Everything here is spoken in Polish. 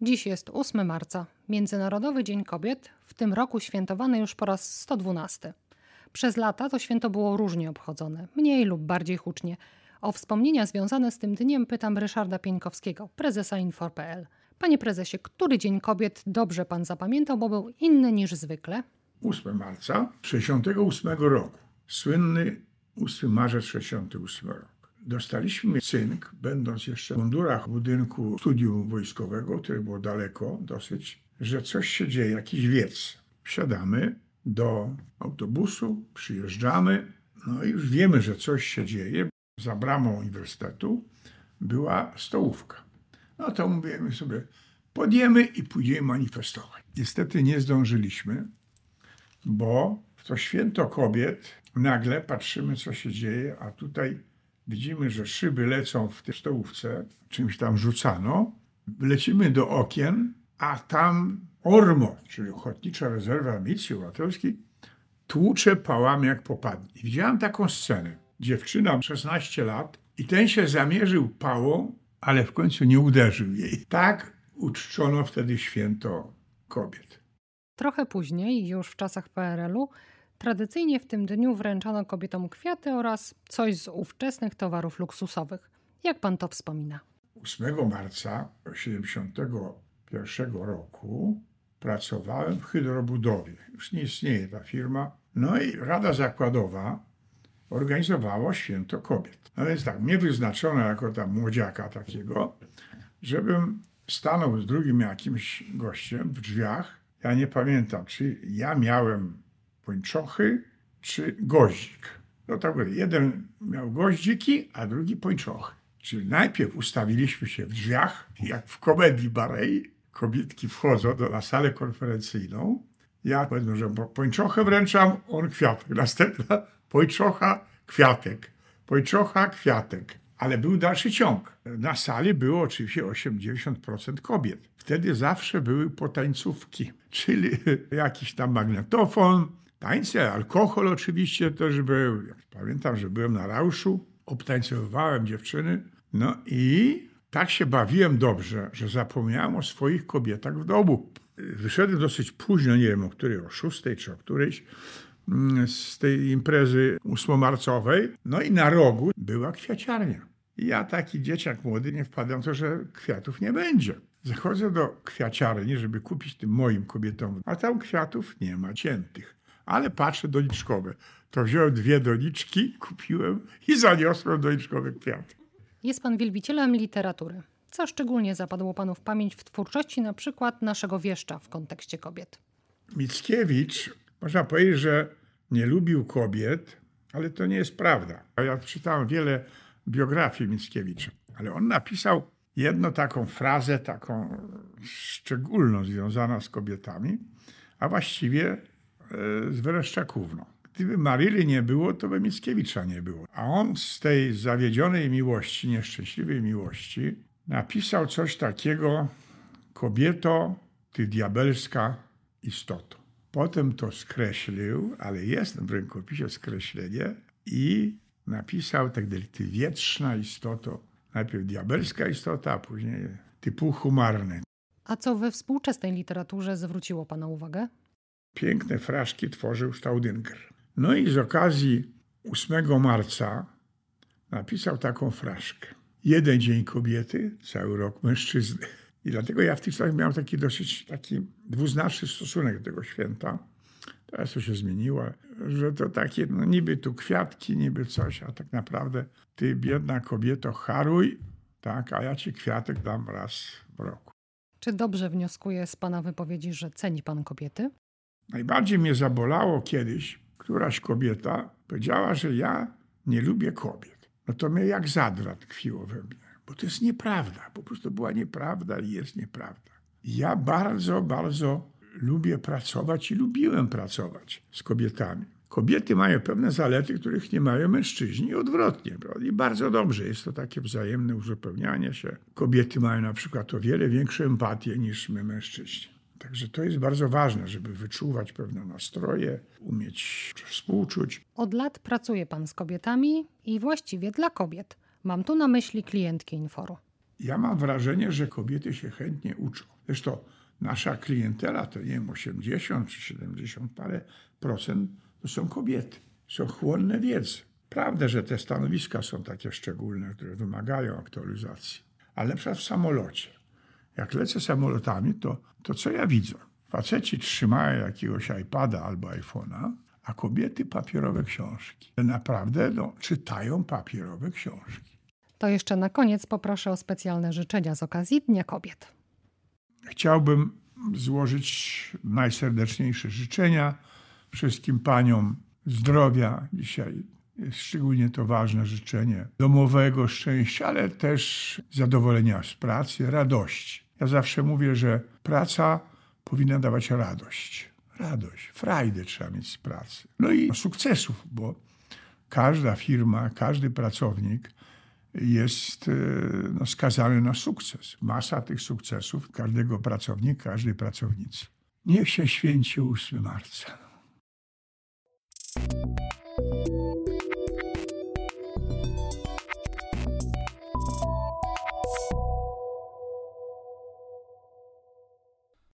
Dziś jest 8 marca, Międzynarodowy Dzień Kobiet, w tym roku świętowany już po raz 112. Przez lata to święto było różnie obchodzone, mniej lub bardziej hucznie. O wspomnienia związane z tym dniem pytam Ryszarda Pieńkowskiego, prezesa Infor.pl. Panie prezesie, który Dzień Kobiet dobrze pan zapamiętał, bo był inny niż zwykle? 8 marca 1968 roku. Słynny 8 marzec 1968 rok. Dostaliśmy cynk, będąc jeszcze w mundurach w budynku studium wojskowego, które było daleko dosyć, że coś się dzieje, jakiś wiec. Wsiadamy do autobusu, przyjeżdżamy, no i już wiemy, że coś się dzieje. Za bramą uniwersytetu była stołówka. No to mówimy sobie, podjemy i pójdziemy manifestować. Niestety nie zdążyliśmy, bo w to święto kobiet nagle patrzymy, co się dzieje, a tutaj widzimy, że szyby lecą w tej stołówce, czymś tam rzucano. Lecimy do okien, a tam ORMO, czyli Ochotnicza Rezerwa Milicji Obywatelskiej, tłucze pałami jak popadnie. I widziałem taką scenę. Dziewczyna 16 lat i ten się zamierzył pałą, ale w końcu nie uderzył jej. Tak uczczono wtedy święto kobiet. Trochę później, już w czasach PRL-u, tradycyjnie w tym dniu wręczano kobietom kwiaty oraz coś z ówczesnych towarów luksusowych. Jak pan to wspomina? 8 marca 1971 roku pracowałem w hydrobudowie. Już nie istnieje ta firma. No i Rada Zakładowa organizowała święto kobiet. No więc tak, mnie wyznaczono jako tam młodziaka takiego, żebym stanął z drugim jakimś gościem w drzwiach. Ja nie pamiętam, czy ja miałem pończochy, czy goździk. No tak było, jeden miał goździki, a drugi pończochy. Czyli najpierw ustawiliśmy się w drzwiach, jak w komedii Barei. Kobietki wchodzą na salę konferencyjną. Ja powiedzmy, że pończochę wręczam, on kwiatek. Następna pończocha, kwiatek. Pończocha, kwiatek. Ale był dalszy ciąg. Na sali było oczywiście 80% kobiet. Wtedy zawsze były potańcówki, czyli jakiś tam magnetofon, tańce, alkohol oczywiście też był. Pamiętam, że byłem na rauszu, obtańcowywałem dziewczyny. No i tak się bawiłem dobrze, że zapomniałem o swoich kobietach w domu. Wyszedłem dosyć późno, nie wiem o której, o 6 czy o którejś, z tej imprezy 8-marcowej. No i na rogu była kwiaciarnia. I ja taki dzieciak młody nie wpadłem w to, że kwiatów nie będzie. Zachodzę do kwiaciarni, żeby kupić tym moim kobietom, a tam kwiatów nie ma, ciętych. Ale patrzę, doniczkowe. To wziąłem 2 doniczki, kupiłem i zaniosłem doniczkowe kwiaty. Jest pan wielbicielem literatury. Co szczególnie zapadło panu w pamięć w twórczości na przykład naszego wieszcza w kontekście kobiet? Mickiewicz, można powiedzieć, że nie lubił kobiet, ale to nie jest prawda. Ja czytałem wiele biografii Mickiewicza, ale on napisał jedną taką frazę, taką szczególną, związaną z kobietami, a właściwie z Wereszczakówną. Gdyby Maryli nie było, to by Mickiewicza nie było. A on z tej zawiedzionej miłości, nieszczęśliwej miłości, napisał coś takiego: kobieto, ty diabelska istoto. Potem to skreślił, ale jest w rękopisie skreślenie i napisał tak dalej: ty wietrzna istoto. Najpierw diabelska istota, a później ty puchu marny. A co we współczesnej literaturze zwróciło pana uwagę? Piękne fraszki tworzył Staudinger. No i z okazji 8 marca napisał taką fraszkę: jeden dzień kobiety, cały rok mężczyzny. I dlatego ja w tych czasach miałem taki dosyć dwuznaczny stosunek do tego święta. Teraz to się zmieniło, że to takie, no niby tu kwiatki, niby coś, a tak naprawdę ty biedna kobieto haruj, tak, a ja ci kwiatek dam raz w roku. Czy dobrze wnioskuję z pana wypowiedzi, że ceni pan kobiety? Najbardziej mnie zabolało kiedyś, któraś kobieta powiedziała, że ja nie lubię kobiet. No to mnie jak zadra tkwiło we mnie, bo to jest nieprawda. Po prostu była nieprawda i jest nieprawda. Ja bardzo, bardzo lubię pracować i lubiłem pracować z kobietami. Kobiety mają pewne zalety, których nie mają mężczyźni i odwrotnie. Prawda? I bardzo dobrze jest to takie wzajemne uzupełnianie się. Kobiety mają na przykład o wiele większą empatię niż my mężczyźni. Także to jest bardzo ważne, żeby wyczuwać pewne nastroje, umieć współczuć. Od lat pracuje pan z kobietami i właściwie dla kobiet. Mam tu na myśli klientki Inforu. Ja mam wrażenie, że kobiety się chętnie uczą. Zresztą nasza klientela to nie wiem, 80 czy 70 parę procent to są kobiety. Są chłonne wiedzy. Prawda, że te stanowiska są takie szczególne, które wymagają aktualizacji. Ale na przykład w samolocie. Jak lecę samolotami, to co ja widzę? Faceci trzymają jakiegoś iPada albo iPhone'a, a kobiety papierowe książki. Naprawdę czytają papierowe książki. To jeszcze na koniec poproszę o specjalne życzenia z okazji Dnia Kobiet. Chciałbym złożyć najserdeczniejsze życzenia wszystkim paniom zdrowia. Dzisiaj jest szczególnie to ważne życzenie domowego szczęścia, ale też zadowolenia z pracy, radości. Ja zawsze mówię, że praca powinna dawać radość. Radość, frajdę trzeba mieć z pracy. No i sukcesów, bo każda firma, każdy pracownik jest skazany na sukces. Masa tych sukcesów każdego pracownika, każdej pracownicy. Niech się święci 8 marca.